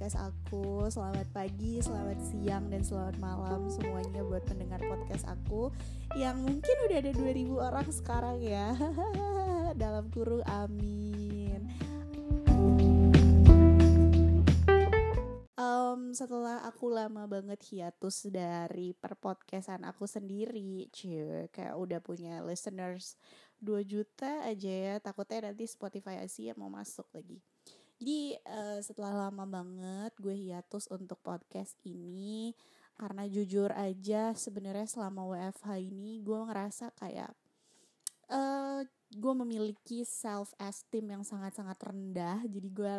podcast aku. Selamat pagi, selamat siang, dan selamat malam semuanya buat pendengar podcast aku yang mungkin udah ada 2000 orang sekarang ya. Dalam kurung amin. Setelah aku lama banget hiatus dari perpodcastan aku sendiri, kayak udah punya listeners 2 juta aja ya. Takutnya nanti Spotify Asia mau masuk lagi. Jadi setelah lama banget gue hiatus untuk podcast ini, karena jujur aja sebenarnya selama WFH ini gue ngerasa kayak gue memiliki self esteem yang sangat-sangat rendah. Jadi gue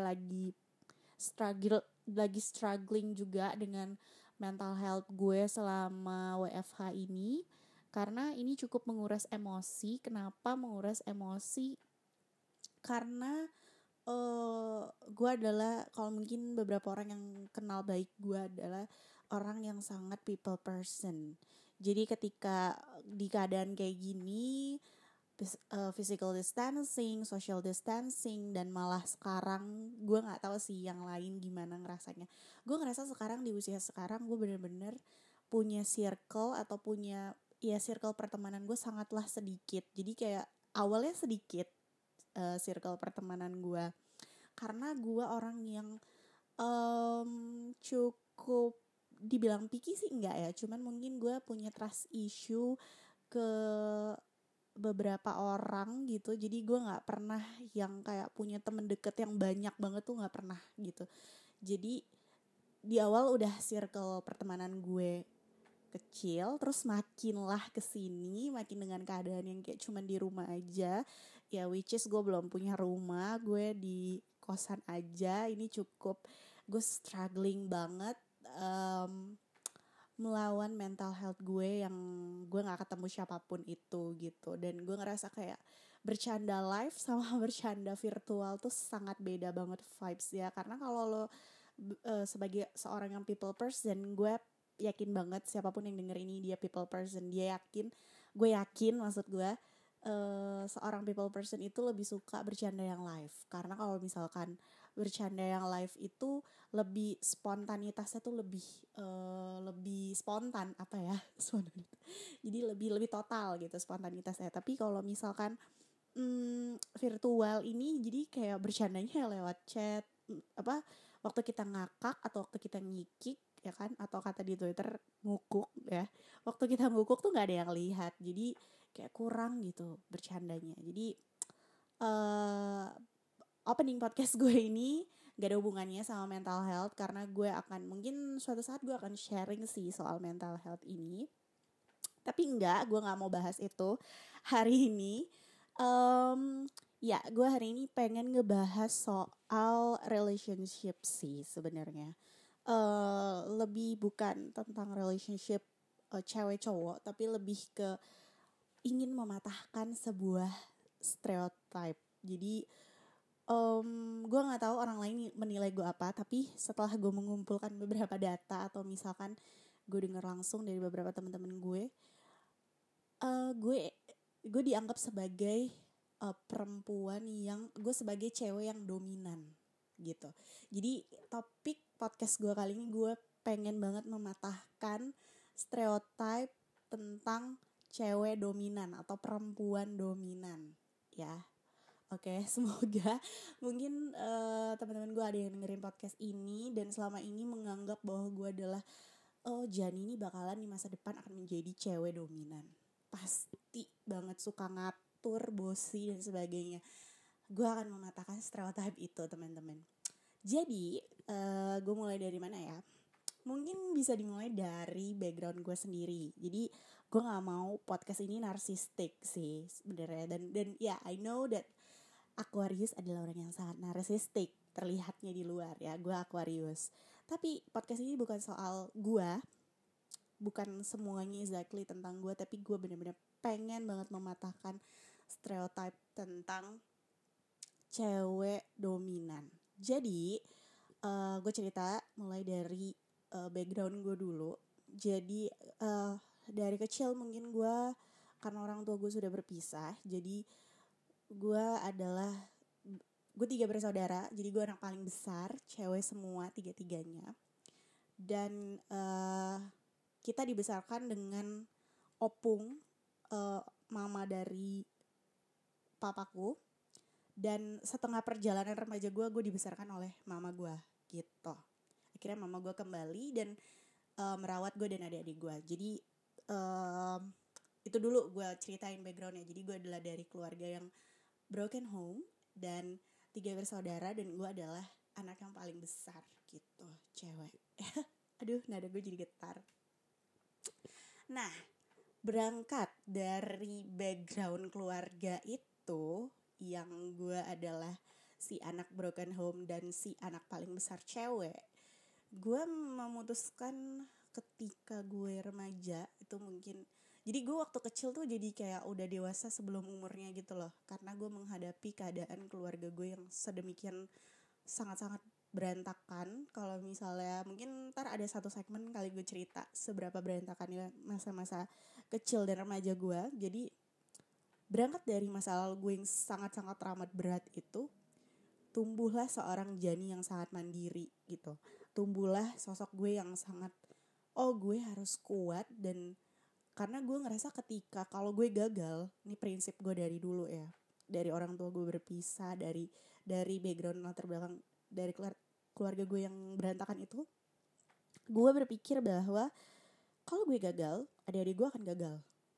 struggling juga dengan mental health gue selama WFH ini, karena ini cukup menguras emosi. Kenapa menguras emosi? Karena gue adalah, kalau mungkin beberapa orang yang kenal baik gue adalah orang yang sangat people person. Jadi ketika di keadaan kayak gini, physical distancing, social distancing, dan malah sekarang gue nggak tahu sih yang lain gimana ngerasanya. Gue ngerasa sekarang di usia sekarang gue bener-bener punya circle atau punya circle pertemanan gue sangatlah sedikit. Jadi kayak awalnya sedikit circle pertemanan gue, karena gue orang yang cukup dibilang picky sih enggak ya, cuman mungkin gue punya trust issue ke beberapa orang gitu. Jadi gue nggak pernah yang kayak punya temen deket yang banyak banget tuh, nggak pernah gitu. Jadi di awal udah circle pertemanan gue kecil, terus makinlah kesini, makin dengan keadaan yang kayak cuman di rumah aja ya, which is gue belum punya rumah, gue di kosan aja. Ini cukup gue struggling banget melawan mental health gue yang gue nggak ketemu siapapun itu gitu. Dan gue ngerasa kayak bercanda live sama bercanda virtual tuh sangat beda banget vibes ya. Karena kalau lo sebagai seorang yang people person, gue yakin banget siapapun yang denger ini dia people person. Gue yakin maksud gue seorang people person itu lebih suka bercanda yang live. Karena kalau misalkan bercanda yang live itu lebih spontanitasnya tuh lebih spontan, apa ya, jadi lebih total gitu spontanitasnya. Tapi kalau misalkan virtual ini jadi kayak bercandanya lewat chat, waktu kita ngakak atau waktu kita ngikik ya kan, atau kata di Twitter ngukuk ya, waktu kita ngukuk tuh nggak ada yang lihat, jadi kayak kurang gitu bercandanya. Jadi opening podcast gue ini gak ada hubungannya sama mental health, karena gue akan mungkin suatu saat gue akan sharing sih soal mental health ini. Tapi gue gak mau bahas itu hari ini. Gue hari ini pengen ngebahas soal relationship sih sebenarnya. Lebih bukan tentang relationship cewek cowok, tapi lebih ke ingin mematahkan sebuah stereotype. Jadi gue nggak tahu orang lain menilai gue apa, tapi setelah gue mengumpulkan beberapa data atau misalkan gue dengar langsung dari beberapa teman-teman gue dianggap sebagai perempuan yang, gue sebagai cewek yang dominan gitu. Jadi topik podcast gue kali ini, gue pengen banget mematahkan stereotype tentang cewek dominan atau perempuan dominan ya. Oke, semoga mungkin teman-teman gue ada yang dengerin podcast ini dan selama ini menganggap bahwa gue adalah Jani ini bakalan di masa depan akan menjadi cewek dominan. Pasti banget suka ngatur, bossy dan sebagainya. Gue akan mematahkan stereotype itu, teman-teman. Jadi gue mulai dari mana ya? Mungkin bisa dimulai dari background gue sendiri. Jadi gue nggak mau podcast ini narsistik sih sebenarnya, dan ya I know that Aquarius adalah orang yang sangat narsistik terlihatnya di luar ya, gue Aquarius. Tapi podcast ini bukan soal gue, bukan semuanya exactly tentang gue, tapi gue benar-benar pengen banget mematahkan stereotype tentang cewek dominan. Jadi gue cerita mulai dari background gue dulu. Jadi dari kecil mungkin gue, karena orang tua gue sudah berpisah, jadi gue adalah gue 3 bersaudara, jadi gue anak paling besar, cewek semua 3-tiganya. Dan kita dibesarkan dengan opung, mama dari papaku. Dan setengah perjalanan remaja gue dibesarkan oleh mama gue gitu. Akhirnya mama gue kembali dan merawat gue dan adik-adik gue. Jadi itu dulu gue ceritain backgroundnya. Jadi gue adalah dari keluarga yang broken home dan 3 bersaudara, dan gue adalah anak yang paling besar gitu, cewek. Aduh, nada gue jadi getar. Nah, berangkat dari background keluarga itu, yang gue adalah si anak broken home dan si anak paling besar cewek, gue memutuskan ketika gue remaja itu mungkin, jadi gue waktu kecil tuh jadi kayak udah dewasa sebelum umurnya gitu loh, karena gue menghadapi keadaan keluarga gue yang sedemikian sangat-sangat berantakan. Kalau misalnya mungkin ntar ada satu segmen kali gue cerita seberapa berantakannya masa-masa kecil dan remaja gue. Jadi berangkat dari masa lalu gue yang sangat-sangat teramat berat itu, tumbuhlah seorang Jani yang sangat mandiri gitu. Tumbuhlah sosok gue yang sangat, gue harus kuat. Dan karena gue ngerasa ketika kalau gue gagal, ini prinsip gue dari dulu ya, dari orang tua gue berpisah, dari background latar belakang dari keluarga gue yang berantakan itu, gue berpikir bahwa kalau gue gagal, adik-adik gue akan gagal.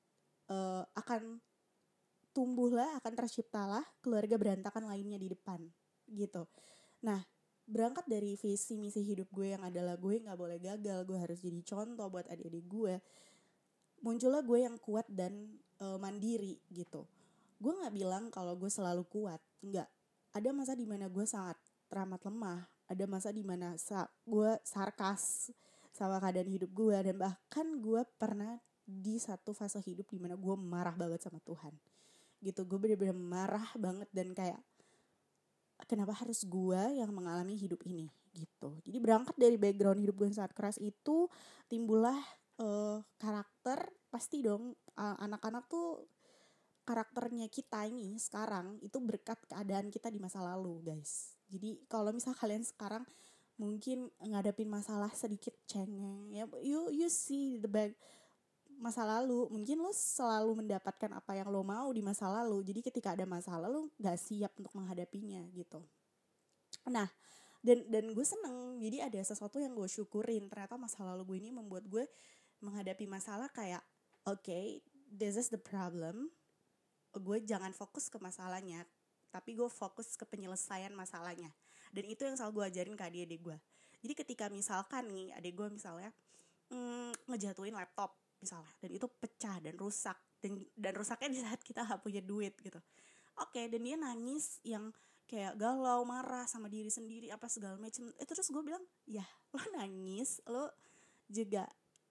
Akan tumbuhlah, akan terciptalah keluarga berantakan lainnya di depan gitu. Nah, berangkat dari visi misi hidup gue yang adalah gue gak boleh gagal, gue harus jadi contoh buat adik-adik gue, muncullah gue yang kuat dan mandiri gitu. Gue gak bilang kalau gue selalu kuat, enggak. Ada masa dimana gue sangat teramat lemah, ada masa dimana gue sarkas sama keadaan hidup gue, dan bahkan gue pernah di satu fase hidup dimana gue marah banget sama Tuhan gitu. Gue bener-bener marah banget dan kayak, kenapa harus gue yang mengalami hidup ini gitu. Jadi berangkat dari background hidup gue yang sangat keras itu, timbullah karakter. Pasti dong, anak-anak tuh karakternya kita ini sekarang itu berkat keadaan kita di masa lalu, guys. Jadi kalau misal kalian sekarang mungkin ngadepin masalah sedikit cengeng ya, you see the back masa lalu, mungkin lo selalu mendapatkan apa yang lo mau di masa lalu. Jadi ketika ada masalah lo gak siap untuk menghadapinya gitu. Nah, dan gue seneng, jadi ada sesuatu yang gue syukurin. Ternyata masa lalu gue ini membuat gue menghadapi masalah kayak, okay, this is the problem. Gue jangan fokus ke masalahnya, tapi gue fokus ke penyelesaian masalahnya. Dan itu yang selalu gue ajarin ke adik-adik gue. Jadi ketika misalkan nih adik gue misalnya ngejatuhin laptop misalnya, dan itu pecah dan rusak, dan rusaknya di saat kita gak punya duit gitu. Oke, dan dia nangis yang kayak galau, marah sama diri sendiri apa segala macam. Terus gue bilang, ya lo nangis, lo juga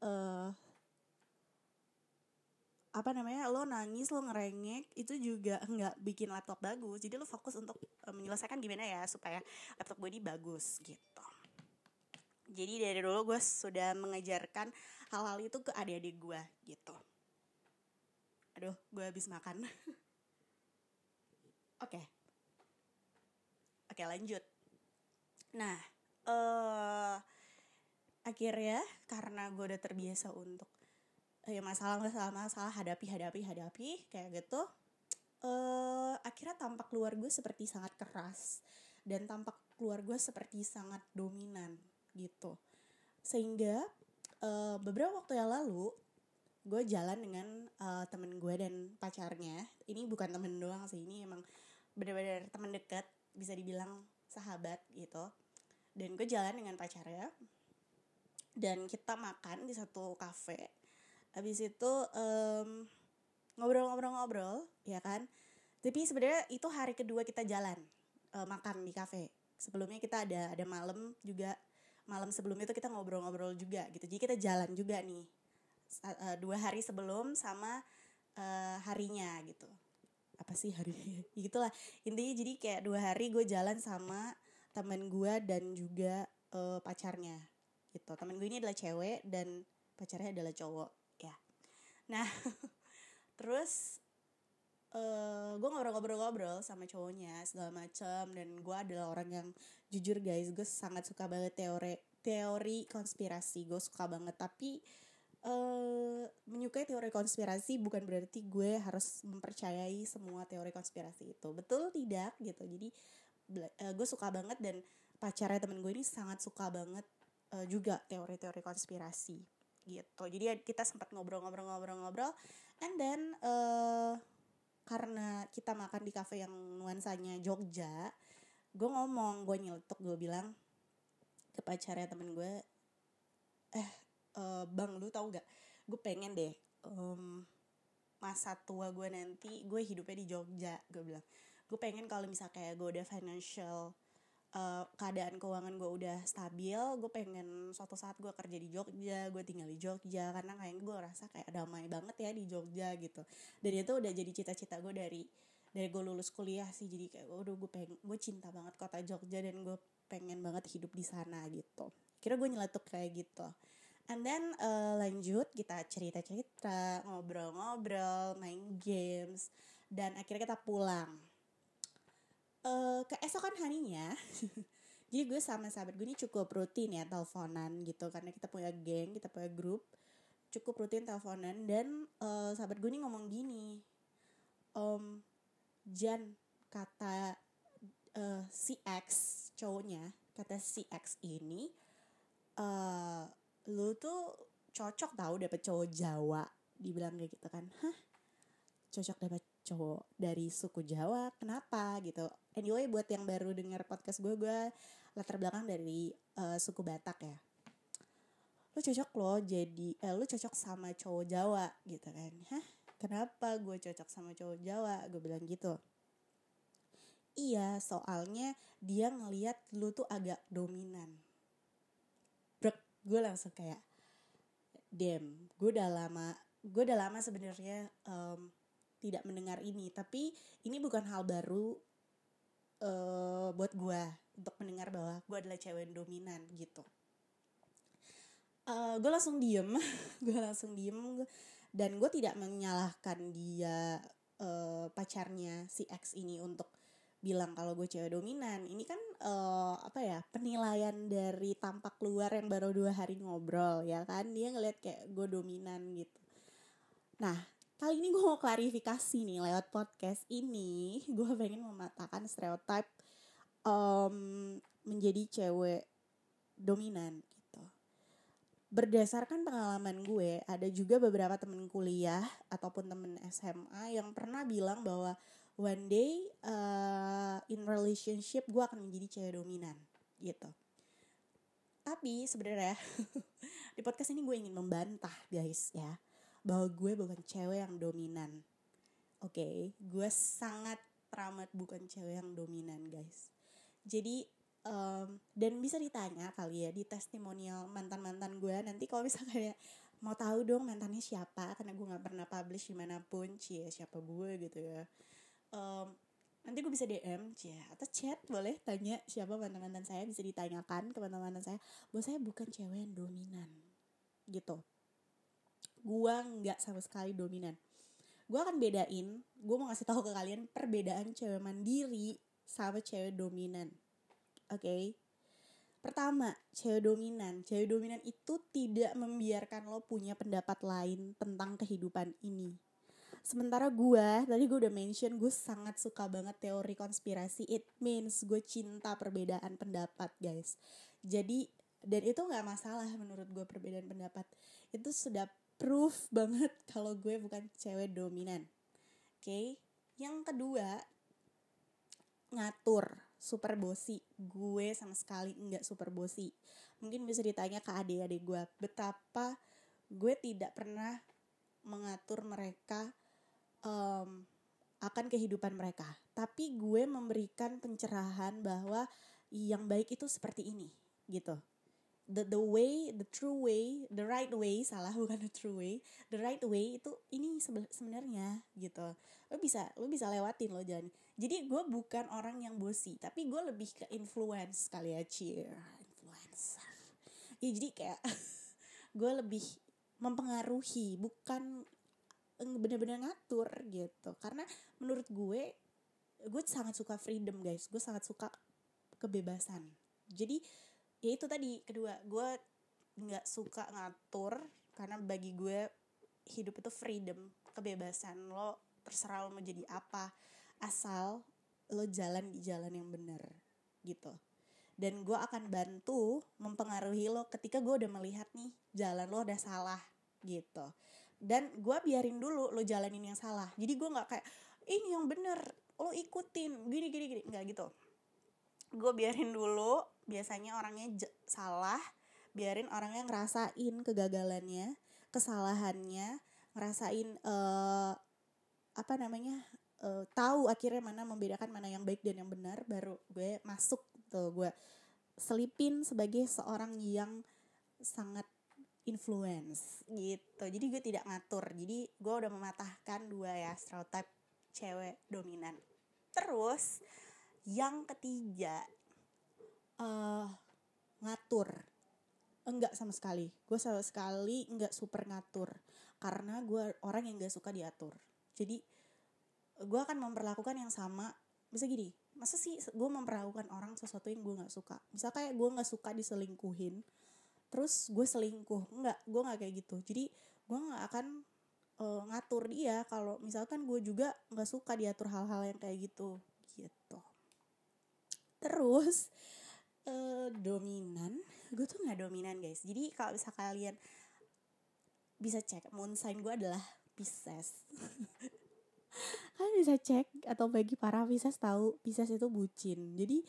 lo nangis, lo ngerengek, itu juga nggak bikin laptop bagus. Jadi lo fokus untuk menyelesaikan gimana ya supaya laptop gue ini bagus gitu. Jadi dari dulu gue sudah mengajarkan hal-hal itu ke adik-adik gue gitu. Aduh, gue habis makan. Oke, lanjut. Nah, akhirnya karena gue udah terbiasa untuk masalah hadapi kayak gitu, akhirnya tampak luar gue seperti sangat keras dan tampak luar gue seperti sangat dominan gitu. Sehingga beberapa waktu yang lalu gue jalan dengan temen gue dan pacarnya. Ini bukan temen doang sih, ini emang benar-benar temen dekat, bisa dibilang sahabat gitu. Dan gue jalan dengan pacarnya dan kita makan di satu kafe. Habis itu ngobrol-ngobrol ya kan. Tapi sebenarnya itu hari kedua kita jalan makan di kafe. Sebelumnya kita ada malam juga, malam sebelum itu kita ngobrol-ngobrol juga gitu. Jadi kita jalan juga nih 2 hari sebelum sama harinya gitu. Apa sih harinya? Gitulah intinya. Jadi kayak 2 hari gue jalan sama temen gue dan juga pacarnya gitu. Temen gue ini adalah cewek dan pacarnya adalah cowok ya. Nah terus gue ngobrol-ngobrol sama cowoknya segala macem, dan gue adalah orang yang jujur guys, gue sangat suka banget teori konspirasi, gue suka banget. Tapi menyukai teori konspirasi bukan berarti gue harus mempercayai semua teori konspirasi itu, betul tidak gitu. Jadi gue suka banget, dan pacarnya temen gue ini sangat suka banget juga teori-teori konspirasi gitu. Jadi kita sempat ngobrol, and then karena kita makan di kafe yang nuansanya Jogja, gue nyeletuk, gue bilang ke pacarnya temen gue, bang lu tahu gak, gue pengen deh masa tua gue nanti gue hidupnya di Jogja. Gue bilang gue pengen kalau misalnya kayak gue udah financial, keadaan keuangan gue udah stabil, gue pengen suatu saat gue kerja di Jogja, gue tinggal di Jogja, karena kayaknya gue rasa kayak damai banget ya di Jogja gitu. Dan itu udah jadi cita-cita gue dari gue lulus kuliah sih. Jadi kayak gue cinta banget kota Jogja, dan gue pengen banget hidup di sana gitu. Kira gue nyeletuk kayak gitu. And then lanjut kita cerita-cerita, ngobrol-ngobrol, main games, dan akhirnya kita pulang. Keesokan harinya jadi gue sama sahabat gue ini cukup rutin ya teleponan gitu, karena kita punya geng, kita punya grup, cukup rutin teleponan. Dan sahabat gue ini ngomong gini, Jan, kata si X cowoknya, kata si X ini, lu tuh cocok tau dapet cowok Jawa. Dibilang kayak gitu kan. Hah? Cocok dapet cowok dari suku Jawa, kenapa gitu. Anyway, buat yang baru dengar podcast gue latar belakang dari suku Batak ya. Lu cocok loh jadi lu cocok sama cowok Jawa gitu kan. Hah? Kenapa gue cocok sama cowok Jawa? Gue bilang gitu. Iya, soalnya dia ngelihat lu tuh agak dominan. Brek, gue langsung kayak damn, gue udah lama sebenarnya tidak mendengar ini. Tapi ini bukan hal baru buat gue untuk mendengar bahwa gue adalah cewek yang dominan gitu. Gue langsung diem dan gue tidak menyalahkan dia, pacarnya si X ini, untuk bilang kalau gue cewek dominan. Ini kan penilaian dari tampak luar yang baru 2 hari ngobrol ya kan. Dia ngeliat kayak gue dominan gitu. Nah, kali ini gue mau klarifikasi nih lewat podcast ini. Gue pengen mematahkan stereotip menjadi cewek dominan gitu. Berdasarkan pengalaman gue, ada juga beberapa temen kuliah ataupun temen SMA yang pernah bilang bahwa one day in relationship gue akan menjadi cewek dominan gitu. Tapi sebenarnya di podcast ini gue ingin membantah guys ya, bahwa gue bukan cewek yang dominan. Oke, gue sangat teramat bukan cewek yang dominan guys. Jadi dan bisa ditanya kali ya di testimonial mantan-mantan gue nanti, kalau misalnya kayak mau tahu dong mantannya siapa, karena gue nggak pernah publish dimanapun, siapa gue gitu ya. Nanti gue bisa DM atau chat, boleh tanya siapa mantan-mantan saya, bisa ditanyakan ke mantan-mantan saya bahwa saya bukan cewek yang dominan gitu. Gue nggak sama sekali dominan. Gue akan bedain, gue mau ngasih tahu ke kalian perbedaan cewek mandiri sama cewek dominan. Oke. Pertama, cewek dominan itu tidak membiarkan lo punya pendapat lain tentang kehidupan ini. Sementara tadi gue udah mention, gue sangat suka banget teori konspirasi. It means gue cinta perbedaan pendapat guys. Jadi, dan itu gak masalah menurut gue perbedaan pendapat. Itu sudah proof banget kalau gue bukan cewek dominan. Oke. Yang kedua, ngatur, super bossy. Gue sama sekali enggak super bossy. Mungkin bisa ditanya ke adik-adik gue, betapa gue tidak pernah mengatur mereka akan kehidupan mereka. Tapi gue memberikan pencerahan bahwa yang baik itu seperti ini gitu. The right way itu ini sebenarnya gitu. Lo bisa lewatin lo jalan. Jadi gue bukan orang yang bossy, tapi gue lebih ke influence kali ya, influencer. Ya jadi kayak gue lebih mempengaruhi, bukan bener-bener ngatur gitu. Karena menurut gue sangat suka freedom guys, gue sangat suka kebebasan. Jadi ya itu tadi, kedua, gue nggak suka ngatur karena bagi gue hidup itu freedom, kebebasan. Lo terserah lo mau jadi apa, asal lo jalan di jalan yang benar gitu. Dan gue akan bantu mempengaruhi lo ketika gue udah melihat nih jalan lo udah salah gitu. Dan gue biarin dulu lo jalanin yang salah. Jadi gue nggak kayak ini yang benar lo ikutin gini, nggak gitu. Gue biarin dulu, biasanya orangnya salah, biarin orangnya ngerasain kegagalannya, kesalahannya, ngerasain tahu akhirnya mana, membedakan mana yang baik dan yang benar, baru gue masuk tuh, gue selipin sebagai seorang yang sangat influence gitu. Jadi gue tidak ngatur. Jadi gue udah mematahkan 2 ya stereotip cewek dominan. Terus yang ketiga, ngatur. Enggak sama sekali. Gue sama sekali enggak super ngatur. Karena gue orang yang gak suka diatur. Jadi gue akan memperlakukan yang sama. Bisa gini, masa sih gue memperlakukan orang sesuatu yang gue gak suka. Misal kayak gue gak suka diselingkuhin, terus gue selingkuh. Enggak, gue gak kayak gitu. Jadi gue gak akan ngatur dia kalau misalkan gue juga gak suka diatur hal-hal yang kayak gitu. Terus dominan, gue tuh gak dominan guys. Jadi kalau bisa kalian bisa cek, moon sign gue adalah Pisces. Kalian bisa cek, atau bagi para Pisces tahu, Pisces itu bucin. Jadi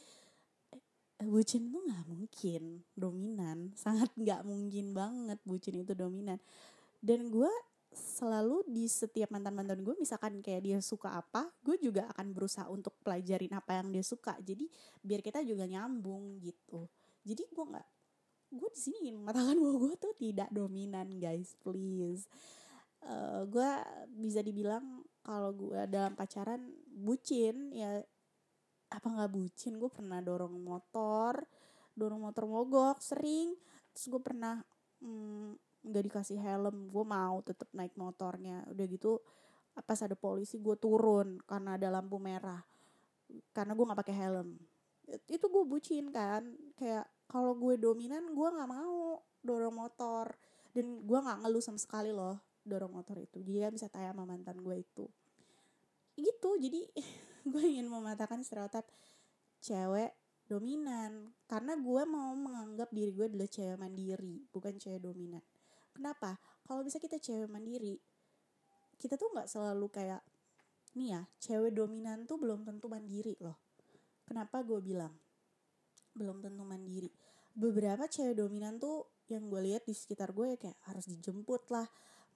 bucin tuh gak mungkin dominan, sangat gak mungkin banget bucin itu dominan. Dan gue selalu di setiap mantan-mantan gue, misalkan kayak dia suka apa, gue juga akan berusaha untuk pelajarin apa yang dia suka. Jadi biar kita juga nyambung gitu. Jadi gue di sini ingin mengatakan bahwa gue tuh tidak dominan guys, please. Gue bisa dibilang kalau gue dalam pacaran bucin, ya apa nggak bucin? Gue pernah dorong motor mogok sering. Terus gue pernah nggak dikasih helm, gue mau tetap naik motornya. Udah gitu pas ada polisi gue turun karena ada lampu merah, karena gue nggak pakai helm. Itu gue bucin kan. Kayak kalau gue dominan, gue nggak mau dorong motor, dan gue nggak ngeluh sama sekali loh dorong motor itu. Dia bisa tanya sama mantan gue itu gitu. Jadi gue ingin mematahkan stereotip cewek dominan, karena gue mau menganggap diri gue adalah cewek mandiri, bukan cewek dominan. Kenapa? Kalau bisa kita cewek mandiri, kita tuh gak selalu kayak nih ya, cewek dominan tuh belum tentu mandiri loh. Kenapa gue bilang belum tentu mandiri? Beberapa cewek dominan tuh yang gue lihat di sekitar gue ya kayak harus dijemput lah,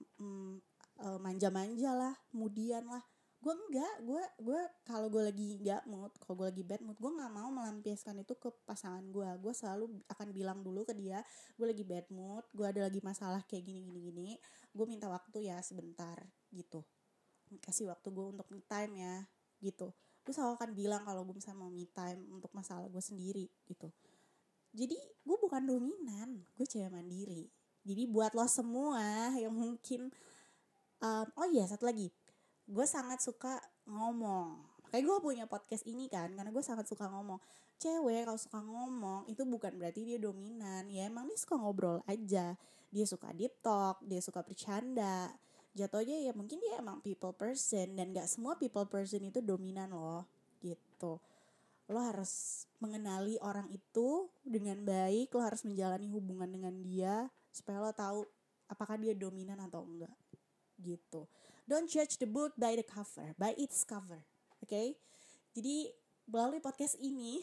manja-manja lah, kemudian lah. Gue enggak, gue kalau gue lagi nggak mood, kalau gue lagi bad mood, gue nggak mau melampiaskan itu ke pasangan gue. Gue selalu akan bilang dulu ke dia, gue lagi bad mood, gue ada lagi masalah kayak gini, gue minta waktu ya sebentar gitu, kasih waktu gue untuk me time ya gitu. Gue selalu akan bilang kalau gue misalnya mau me time untuk masalah gue sendiri gitu. Jadi gue bukan dominan, gue cewek mandiri. Jadi buat lo semua yang mungkin oh iya, satu lagi, gue sangat suka ngomong. Makanya gue punya podcast ini kan, karena gue sangat suka ngomong. Cewek kalau suka ngomong itu bukan berarti dia dominan. Ya emang dia suka ngobrol aja. Dia suka deep talk, dia suka bercanda. Jatuhnya ya mungkin dia emang people person, dan gak semua people person itu dominan loh gitu. Lo harus mengenali orang itu dengan baik, lo harus menjalani hubungan dengan dia supaya lo tahu apakah dia dominan atau enggak gitu. Don't judge the book by the cover, by its cover. Okay? Jadi melalui podcast ini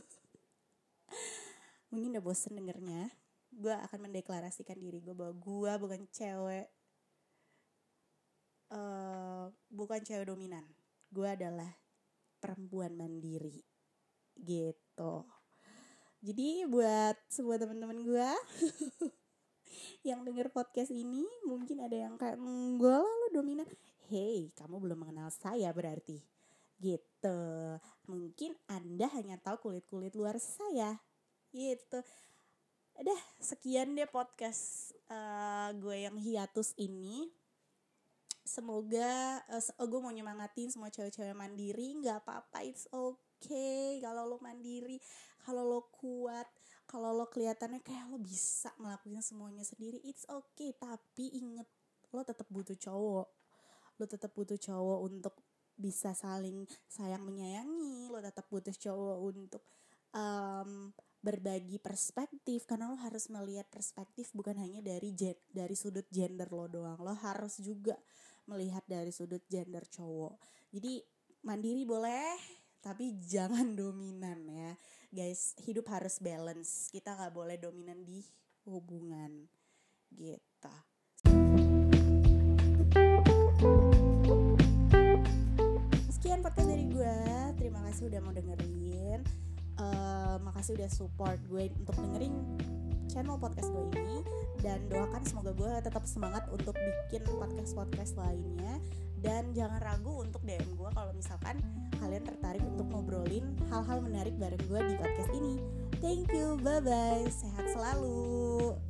mungkin udah bosen dengernya, gue akan mendeklarasikan diri gue bahwa gue bukan cewek dominan. Gue adalah perempuan mandiri gitu. Jadi buat semua teman-teman gue yang denger podcast ini, mungkin ada yang kayak enggak lah lo dominan. Hey, kamu belum mengenal saya berarti gitu. Mungkin Anda hanya tahu kulit-kulit luar saya gitu. Udah, sekian deh podcast gue yang hiatus ini. semoga gue mau nyemangatin semua cewek-cewek mandiri. Nggak apa-apa, it's okay kalau lo mandiri, kalau lo kuat, kalau lo kelihatannya kayak lo bisa ngelakuin semuanya sendiri, it's okay. Tapi inget, lo tetap butuh cowok. Lo tetap butuh cowok untuk bisa saling sayang menyayangi. Lo tetap butuh cowok untuk berbagi perspektif, karena lo harus melihat perspektif bukan hanya dari sudut gender lo doang. Lo harus juga melihat dari sudut gender cowok. Jadi mandiri boleh, tapi jangan dominan ya guys. Hidup harus balance, kita gak boleh dominan di hubungan gitu. Sekian podcast dari gue, terima kasih udah mau dengerin. Makasih udah support gue untuk dengerin channel podcast gue ini, dan doakan semoga gue tetap semangat untuk bikin podcast lainnya. Dan jangan ragu untuk DM gue kalau misalkan kalian tertarik untuk ngobrolin hal-hal menarik bareng gue di podcast ini. Thank you, bye-bye, sehat selalu.